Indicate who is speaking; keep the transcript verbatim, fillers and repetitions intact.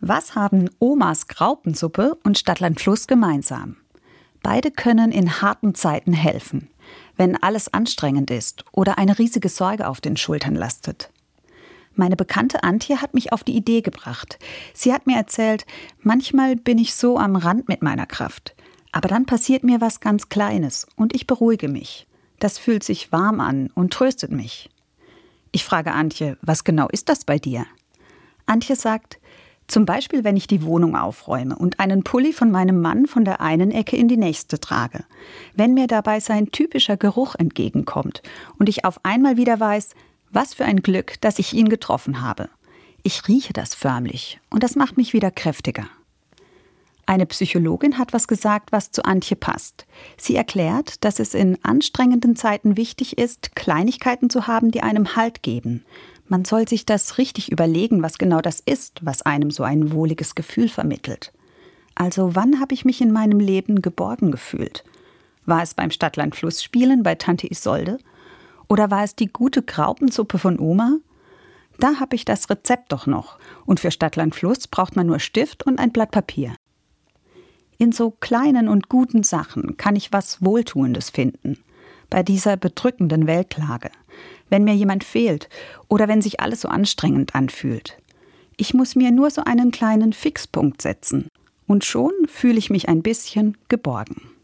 Speaker 1: Was haben Omas Graupensuppe und Stadtland Fluss gemeinsam? Beide können in harten Zeiten helfen, wenn alles anstrengend ist oder eine riesige Sorge auf den Schultern lastet. Meine Bekannte Antje hat mich auf die Idee gebracht. Sie hat mir erzählt, manchmal bin ich so am Rand mit meiner Kraft. Aber dann passiert mir was ganz Kleines und ich beruhige mich. Das fühlt sich warm an und tröstet mich. Ich frage Antje, was genau ist das bei dir? Antje sagt, zum Beispiel, wenn ich die Wohnung aufräume und einen Pulli von meinem Mann von der einen Ecke in die nächste trage. Wenn mir dabei sein typischer Geruch entgegenkommt und ich auf einmal wieder weiß, was für ein Glück, dass ich ihn getroffen habe. Ich rieche das förmlich und das macht mich wieder kräftiger. Eine Psychologin hat was gesagt, was zu Antje passt. Sie erklärt, dass es in anstrengenden Zeiten wichtig ist, Kleinigkeiten zu haben, die einem Halt geben. Man soll sich das richtig überlegen, was genau das ist, was einem so ein wohliges Gefühl vermittelt. Also wann habe ich mich in meinem Leben geborgen gefühlt? War es beim Stadtland-Fluss-Spielen bei Tante Isolde? Oder war es die gute Graupensuppe von Oma? Da habe ich das Rezept doch noch. Und für Stadtland-Fluss braucht man nur Stift und ein Blatt Papier. In so kleinen und guten Sachen kann ich was Wohltuendes finden. Bei dieser bedrückenden Weltlage. Wenn mir jemand fehlt oder wenn sich alles so anstrengend anfühlt. Ich muss mir nur so einen kleinen Fixpunkt setzen. Und schon fühle ich mich ein bisschen geborgen.